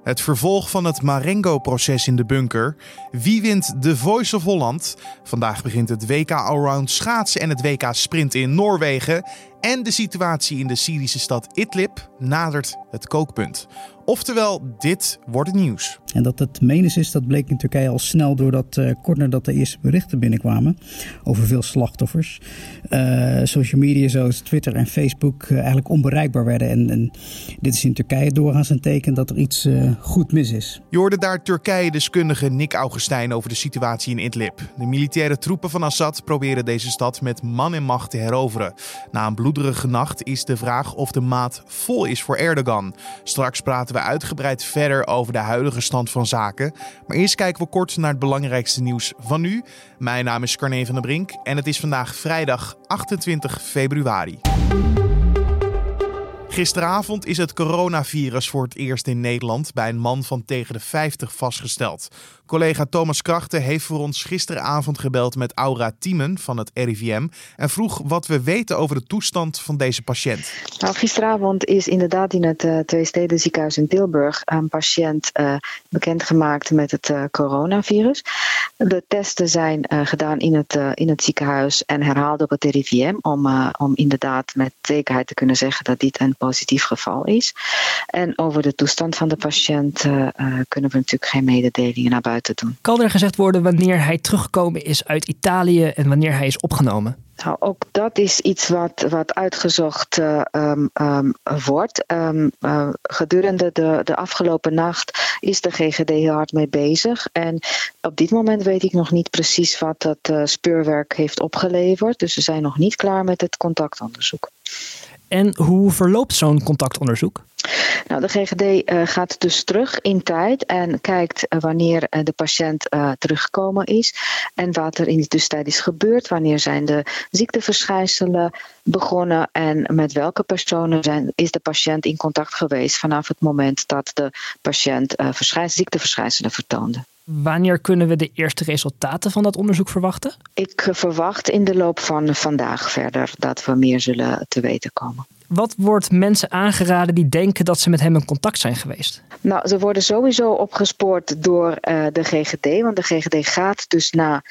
Het vervolg van het Marengo-proces in de bunker. Wie wint The Voice of Holland? Vandaag begint het WK Allround schaatsen en het WK Sprint in Noorwegen. En de situatie in de Syrische stad Idlib nadert het kookpunt. Oftewel, dit wordt het nieuws. En dat het menens is, dat bleek in Turkije al snel doordat kort nadat de eerste berichten binnenkwamen over veel slachtoffers. Social media zoals Twitter en Facebook eigenlijk onbereikbaar werden. En dit is in Turkije doorgaans een teken dat er iets goed mis is. Je hoorde daar Turkije-deskundige Nick Augustijn over de situatie in Idlib. De militaire troepen van Assad proberen deze stad met man en macht te heroveren. Na een bloederige nacht is de vraag of de maat vol is voor Erdogan. Straks praten we uitgebreid verder over de huidige stand van zaken. Maar eerst kijken we kort naar het belangrijkste nieuws van nu. Mijn naam is Carne van der Brink en het is vandaag vrijdag 28 februari. Gisteravond is het coronavirus voor het eerst in Nederland bij een man van tegen de 50 vastgesteld. Collega Thomas Krachten heeft voor ons gisteravond gebeld met Aura Thiemen van het RIVM en vroeg wat we weten over de toestand van deze patiënt. Nou, gisteravond is inderdaad in het Tweesteden ziekenhuis in Tilburg een patiënt bekendgemaakt met het coronavirus. De testen zijn gedaan in het ziekenhuis en herhaald op het RIVM om inderdaad met zekerheid te kunnen zeggen dat dit een positief geval is. En over de toestand van de patiënt kunnen we natuurlijk geen mededelingen naar buiten doen. Kan er gezegd worden wanneer hij teruggekomen is uit Italië en wanneer hij is opgenomen? Nou, ook dat is iets wat uitgezocht wordt. Gedurende de afgelopen nacht is de GGD heel hard mee bezig. En op dit moment weet ik nog niet precies wat dat speurwerk heeft opgeleverd. Dus we zijn nog niet klaar met het contactonderzoek. En hoe verloopt zo'n contactonderzoek? Nou, de GGD gaat dus terug in tijd en kijkt wanneer de patiënt teruggekomen is en wat er in de tussentijd is gebeurd. Wanneer zijn de ziekteverschijnselen begonnen en met welke personen is de patiënt in contact geweest vanaf het moment dat de patiënt ziekteverschijnselen vertoonde. Wanneer kunnen we de eerste resultaten van dat onderzoek verwachten? Ik verwacht in de loop van vandaag verder dat we meer zullen te weten komen. Wat wordt mensen aangeraden die denken dat ze met hem in contact zijn geweest? Nou, ze worden sowieso opgespoord door de GGD. Want de GGD gaat dus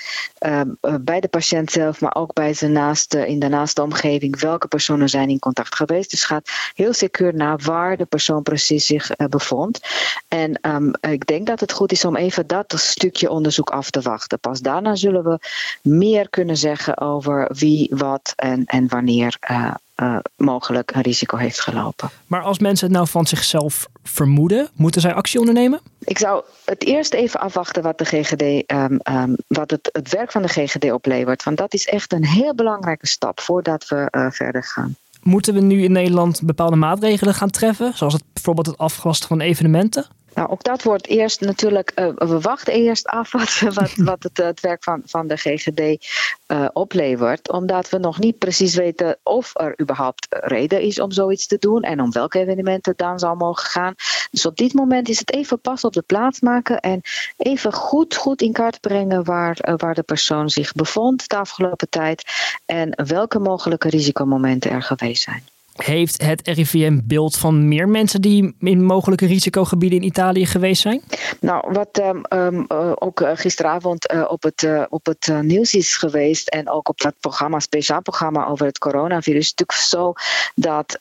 bij de patiënt zelf, maar ook bij in de naaste omgeving, welke personen zijn in contact geweest. Dus gaat heel secuur naar waar de persoon precies zich bevond. En ik denk dat het goed is om even dat stukje onderzoek af te wachten. Pas daarna zullen we meer kunnen zeggen over wie, wat en wanneer mogelijk een risico heeft gelopen. Maar als mensen het nou van zichzelf vermoeden, moeten zij actie ondernemen? Ik zou het eerst even afwachten wat de GGD, wat het werk van de GGD oplevert. Want dat is echt een heel belangrijke stap voordat we verder gaan. Moeten we nu in Nederland bepaalde maatregelen gaan treffen? Zoals bijvoorbeeld het afgelasten van evenementen? Nou, ook dat wordt eerst natuurlijk, we wachten eerst af wat het werk van de GGD oplevert. Omdat we nog niet precies weten of er überhaupt reden is om zoiets te doen. En om welke evenementen het dan zal mogen gaan. Dus op dit moment is het even pas op de plaats maken. En even goed in kaart brengen waar de persoon zich bevond de afgelopen tijd. En welke mogelijke risicomomenten er geweest zijn. Heeft het RIVM beeld van meer mensen die in mogelijke risicogebieden in Italië geweest zijn? Nou, wat ook gisteravond op het nieuws is geweest en ook op dat speciaal programma over het coronavirus, is het natuurlijk zo dat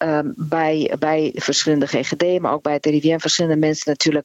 bij verschillende GGD, maar ook bij het RIVM verschillende mensen natuurlijk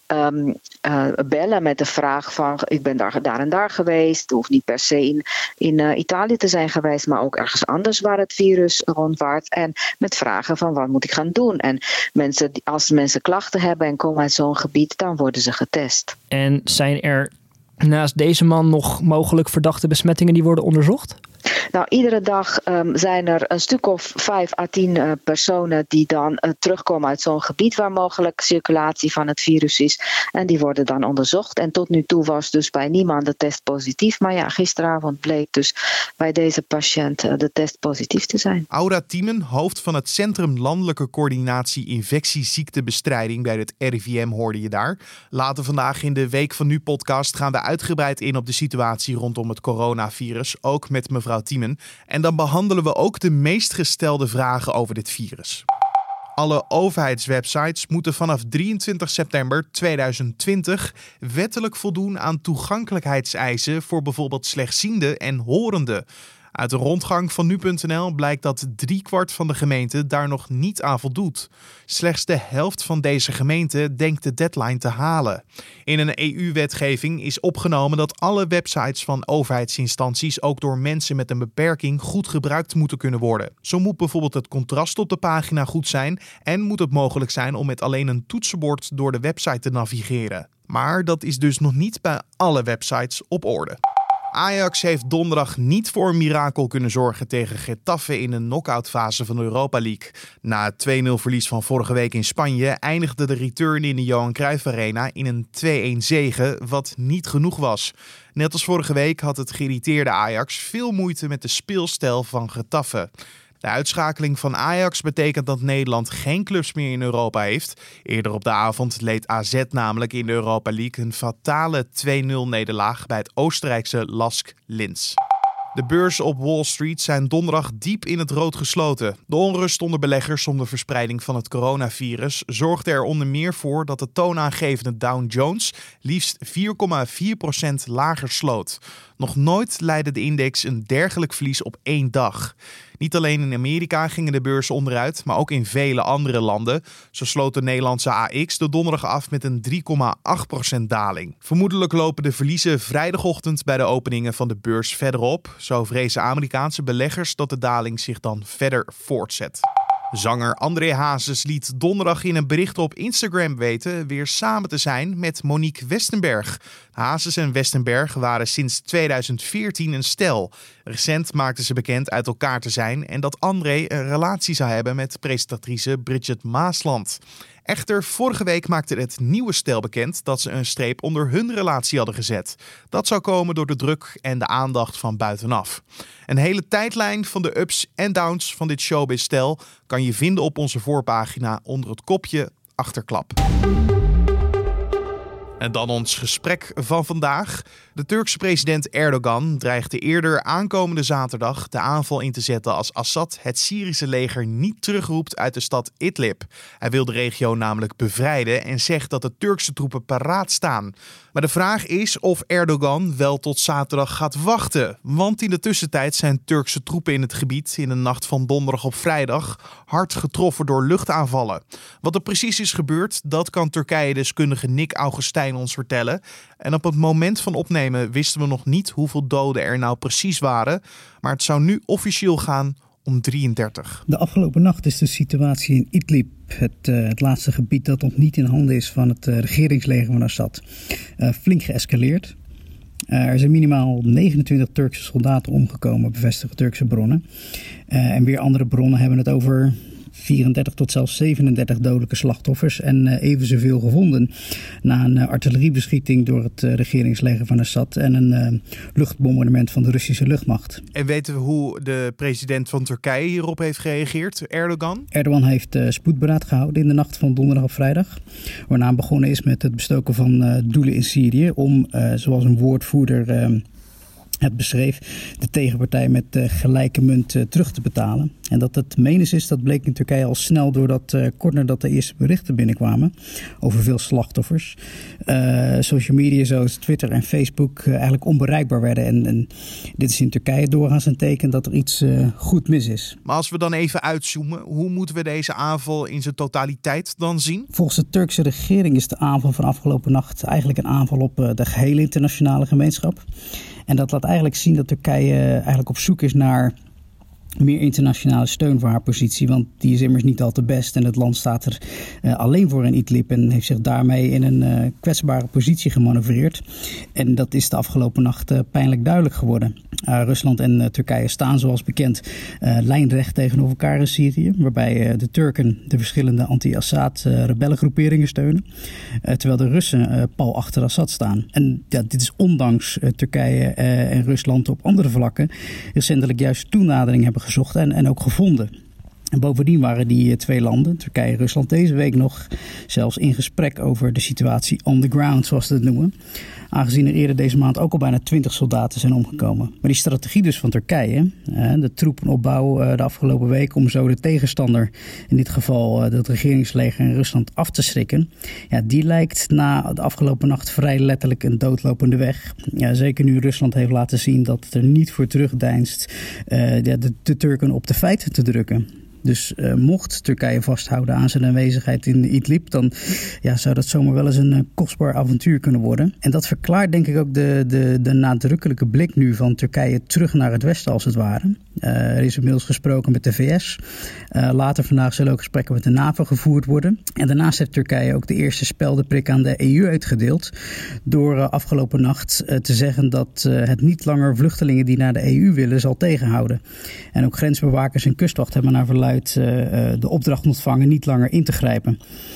bellen met de vraag van ik ben daar en daar geweest. Het hoeft niet per se in Italië te zijn geweest, maar ook ergens anders waar het virus rondwaart. En met vragen van wat moet ik gaan doen. En als mensen klachten hebben en komen uit zo'n gebied, dan worden ze getest. En zijn er naast deze man nog mogelijk verdachte besmettingen die worden onderzocht? Nou, iedere dag zijn er een stuk of 5 à 10 personen die dan terugkomen uit zo'n gebied waar mogelijk circulatie van het virus is. En die worden dan onderzocht. En tot nu toe was dus bij niemand de test positief. Maar ja, gisteravond bleek dus bij deze patiënt de test positief te zijn. Aura Thiemen, hoofd van het Centrum Landelijke Coördinatie Infectieziektebestrijding bij het RIVM, hoorde je daar. Later vandaag in de Week van Nu podcast gaan we uitgebreid in op de situatie rondom het coronavirus. Ook met mevrouw Thiemen. En dan behandelen we ook de meest gestelde vragen over dit virus. Alle overheidswebsites moeten vanaf 23 september 2020 wettelijk voldoen aan toegankelijkheidseisen voor bijvoorbeeld slechtzienden en horenden. Uit een rondgang van nu.nl blijkt dat 3/4 van de gemeenten daar nog niet aan voldoet. Slechts de helft van deze gemeenten denkt de deadline te halen. In een EU-wetgeving is opgenomen dat alle websites van overheidsinstanties ook door mensen met een beperking goed gebruikt moeten kunnen worden. Zo moet bijvoorbeeld het contrast op de pagina goed zijn en moet het mogelijk zijn om met alleen een toetsenbord door de website te navigeren. Maar dat is dus nog niet bij alle websites op orde. Ajax heeft donderdag niet voor een mirakel kunnen zorgen tegen Getafe in de knock-outfase van de Europa League. Na het 2-0 verlies van vorige week in Spanje eindigde de return in de Johan Cruijff Arena in een 2-1 zege, wat niet genoeg was. Net als vorige week had het geïrriteerde Ajax veel moeite met de speelstijl van Getafe. De uitschakeling van Ajax betekent dat Nederland geen clubs meer in Europa heeft. Eerder op de avond leed AZ namelijk in de Europa League een fatale 2-0 nederlaag bij het Oostenrijkse LASK Linz. De beurzen op Wall Street zijn donderdag diep in het rood gesloten. De onrust onder beleggers om de verspreiding van het coronavirus zorgde er onder meer voor dat de toonaangevende Dow Jones liefst 4,4% lager sloot. Nog nooit leidde de index een dergelijk verlies op 1 dag. Niet alleen in Amerika gingen de beurzen onderuit, maar ook in vele andere landen. Zo sloot de Nederlandse AX de donderdag af met een 3,8% daling. Vermoedelijk lopen de verliezen vrijdagochtend bij de openingen van de beurs verder op. Zo vrezen Amerikaanse beleggers dat de daling zich dan verder voortzet. Zanger André Hazes liet donderdag in een bericht op Instagram weten weer samen te zijn met Monique Westenberg. Hazes en Westenberg waren sinds 2014 een stel. Recent maakten ze bekend uit elkaar te zijn en dat André een relatie zou hebben met presentatrice Bridget Maasland. Echter, vorige week maakte het nieuwe stel bekend dat ze een streep onder hun relatie hadden gezet. Dat zou komen door de druk en de aandacht van buitenaf. Een hele tijdlijn van de ups en downs van dit showbiz-stel kan je vinden op onze voorpagina onder het kopje Achterklap. En dan ons gesprek van vandaag. De Turkse president Erdogan dreigde eerder aankomende zaterdag de aanval in te zetten als Assad het Syrische leger niet terugroept uit de stad Idlib. Hij wil de regio namelijk bevrijden en zegt dat de Turkse troepen paraat staan. Maar de vraag is of Erdogan wel tot zaterdag gaat wachten. Want in de tussentijd zijn Turkse troepen in het gebied in de nacht van donderdag op vrijdag hard getroffen door luchtaanvallen. Wat er precies is gebeurd, dat kan Turkije-deskundige Nick Augustijn ons vertellen. En op het moment van opnemen wisten we nog niet hoeveel doden er nou precies waren. Maar het zou nu officieel gaan om 33. De afgelopen nacht is de situatie in Idlib, het laatste gebied dat nog niet in handen is van het regeringsleger van Assad, flink geëscaleerd. Er zijn minimaal 29 Turkse soldaten omgekomen, bevestigen Turkse bronnen. En weer andere bronnen hebben het over 34 tot zelfs 37 dodelijke slachtoffers en even zoveel gevonden na een artilleriebeschieting door het regeringsleger van Assad en een luchtbombardement van de Russische luchtmacht. En weten we hoe de president van Turkije hierop heeft gereageerd, Erdogan? Erdogan heeft spoedberaad gehouden in de nacht van donderdag op vrijdag, waarna begonnen is met het bestoken van doelen in Syrië om, zoals een woordvoerder het beschreef, de tegenpartij met gelijke munt terug te betalen. En dat het menens is, dat bleek in Turkije al snel doordat kort nadat de eerste berichten binnenkwamen over veel slachtoffers. Social media zoals Twitter en Facebook eigenlijk onbereikbaar werden. En dit is in Turkije doorgaans een teken dat er iets goed mis is. Maar als we dan even uitzoomen, hoe moeten we deze aanval in zijn totaliteit dan zien? Volgens de Turkse regering is de aanval van afgelopen nacht eigenlijk een aanval op de gehele internationale gemeenschap. En dat laat eigenlijk zien dat Turkije eigenlijk op zoek is naar meer internationale steun voor haar positie. Want die is immers niet al te best. En het land staat er alleen voor in Idlib. En heeft zich daarmee in een kwetsbare positie gemanoeuvreerd. En dat is de afgelopen nacht pijnlijk duidelijk geworden. Rusland en Turkije staan zoals bekend lijnrecht tegenover elkaar in Syrië. Waarbij de Turken de verschillende anti-Assad rebellengroeperingen steunen. Terwijl de Russen pal achter Assad staan. En ja, dit is ondanks Turkije en Rusland op andere vlakken recentelijk juist toenadering hebben gezocht en ook gevonden. En bovendien waren die 2 landen, Turkije en Rusland, deze week nog zelfs in gesprek over de situatie on the ground, zoals ze het noemen. Aangezien er eerder deze maand ook al bijna 20 soldaten zijn omgekomen. Maar die strategie dus van Turkije, de troepenopbouw de afgelopen week om zo de tegenstander, in dit geval het regeringsleger in Rusland, af te schrikken. Ja, die lijkt na de afgelopen nacht vrij letterlijk een doodlopende weg. Ja, zeker nu Rusland heeft laten zien dat het er niet voor terugdeinst de Turken op de feiten te drukken. Dus mocht Turkije vasthouden aan zijn aanwezigheid in Idlib, dan zou dat zomaar wel eens een kostbaar avontuur kunnen worden. En dat verklaart denk ik ook de nadrukkelijke blik nu van Turkije terug naar het westen als het ware. Er is inmiddels gesproken met de VS. Later vandaag zullen ook gesprekken met de NAVO gevoerd worden. En daarnaast heeft Turkije ook de eerste speldenprik aan de EU uitgedeeld. Door afgelopen nacht te zeggen dat het niet langer vluchtelingen die naar de EU willen zal tegenhouden. En ook grensbewakers en kustwacht hebben naar verluidt de opdracht ontvangen niet langer in te grijpen.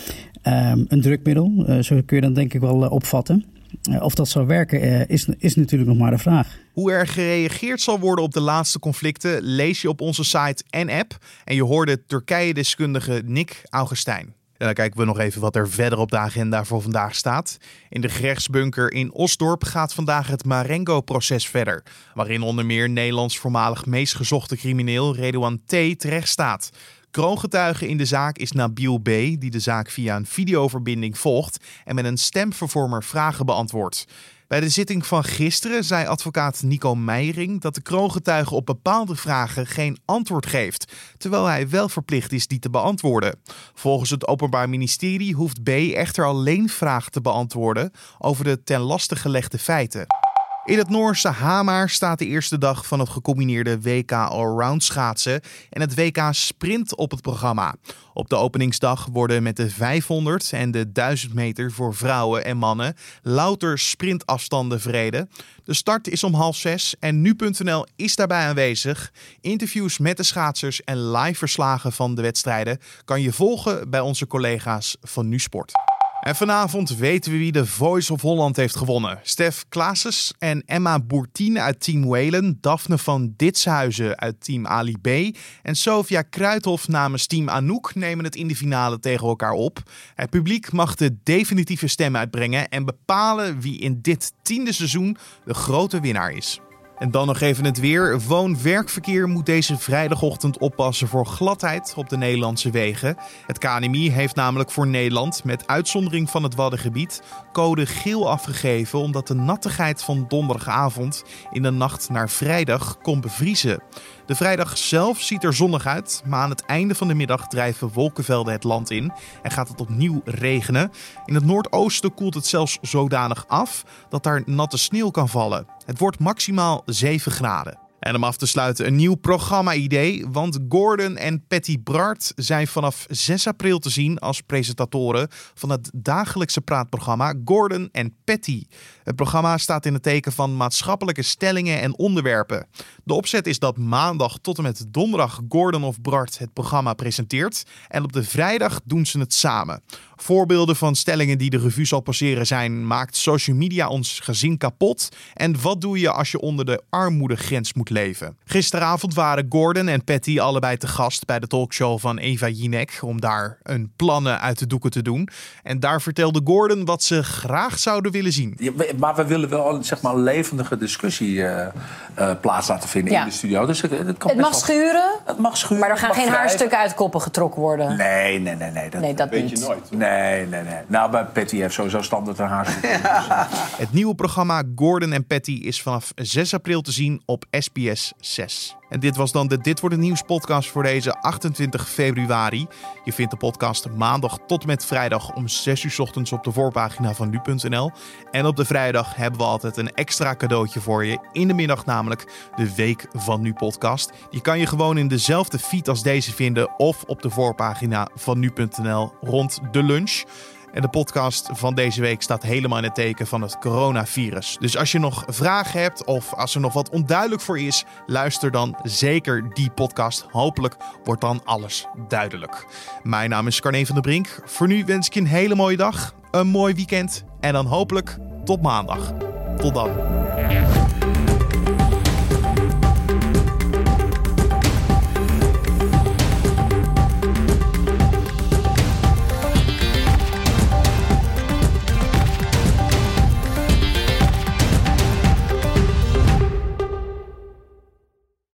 Een drukmiddel, zo kun je dat denk ik wel opvatten. Of dat zal werken is natuurlijk nog maar de vraag. Hoe er gereageerd zal worden op de laatste conflicten lees je op onze site en app. En je hoorde Turkije-deskundige Nick Augustijn. En dan kijken we nog even wat er verder op de agenda voor vandaag staat. In de gerechtsbunker in Osdorp gaat vandaag het Marengo-proces verder. Waarin onder meer Nederlands voormalig meest gezochte crimineel Redouan T. terecht staat. Kroongetuige in de zaak is Nabil B., die de zaak via een videoverbinding volgt en met een stemvervormer vragen beantwoordt. Bij de zitting van gisteren zei advocaat Nico Meijering dat de kroongetuige op bepaalde vragen geen antwoord geeft, terwijl hij wel verplicht is die te beantwoorden. Volgens het Openbaar Ministerie hoeft B. echter alleen vragen te beantwoorden over de ten laste gelegde feiten. In het Noorse Hamar staat de eerste dag van het gecombineerde WK Allround schaatsen en het WK Sprint op het programma. Op de openingsdag worden met de 500 en de 1000 meter voor vrouwen en mannen louter sprintafstanden verreden. De start is om 5:30 en nu.nl is daarbij aanwezig. Interviews met de schaatsers en live verslagen van de wedstrijden kan je volgen bij onze collega's van NuSport. En vanavond weten we wie de Voice of Holland heeft gewonnen. Stef Klaassen en Emma Boertien uit Team Whalen, Daphne van Ditshuizen uit Team Ali B en Sofia Kruithof namens Team Anouk nemen het in de finale tegen elkaar op. Het publiek mag de definitieve stem uitbrengen en bepalen wie in dit 10e seizoen de grote winnaar is. En dan nog even het weer. Woon-werkverkeer moet deze vrijdagochtend oppassen voor gladheid op de Nederlandse wegen. Het KNMI heeft namelijk voor Nederland, met uitzondering van het Waddengebied, code geel afgegeven omdat de nattigheid van donderdagavond in de nacht naar vrijdag kon bevriezen. De vrijdag zelf ziet er zonnig uit, maar aan het einde van de middag drijven wolkenvelden het land in en gaat het opnieuw regenen. In het noordoosten koelt het zelfs zodanig af dat daar natte sneeuw kan vallen. Het wordt maximaal 7 graden. En om af te sluiten een nieuw programma-idee, want Gordon en Patty Bart zijn vanaf 6 april te zien als presentatoren van het dagelijkse praatprogramma Gordon en Patty. Het programma staat in het teken van maatschappelijke stellingen en onderwerpen. De opzet is dat maandag tot en met donderdag Gordon of Bart het programma presenteert en op de vrijdag doen ze het samen. Voorbeelden van stellingen die de revue zal passeren zijn: maakt social media ons gezin kapot? En wat doe je als je onder de armoedegrens moet leven? Gisteravond waren Gordon en Patty allebei te gast bij de talkshow van Eva Jinek om daar een plannen uit de doeken te doen. En daar vertelde Gordon wat ze graag zouden willen zien. Ja, maar we willen wel een levendige discussie plaats laten vinden in de studio. Dus het mag schuren? Het mag schuren. Maar er gaan geen haarstukken uit koppen getrokken worden? Nee. Dat weet je nooit. Nee. Nou, bij Patty heeft sowieso standaard een haarstukken. Het nieuwe programma Gordon en Patty is vanaf 6 april te zien op SBS 6. En dit was dan de Dit Wordt Het Nieuws podcast voor deze 28 februari. Je vindt de podcast maandag tot en met vrijdag om 6 uur 's ochtends op de voorpagina van nu.nl. En op de vrijdag hebben we altijd een extra cadeautje voor je. In de middag namelijk de Week van Nu podcast. Die kan je gewoon in dezelfde feed als deze vinden of op de voorpagina van nu.nl rond de lunch. En de podcast van deze week staat helemaal in het teken van het coronavirus. Dus als je nog vragen hebt of als er nog wat onduidelijk voor is, luister dan zeker die podcast. Hopelijk wordt dan alles duidelijk. Mijn naam is Carne van der Brink. Voor nu wens ik je een hele mooie dag, een mooi weekend en dan hopelijk tot maandag. Tot dan.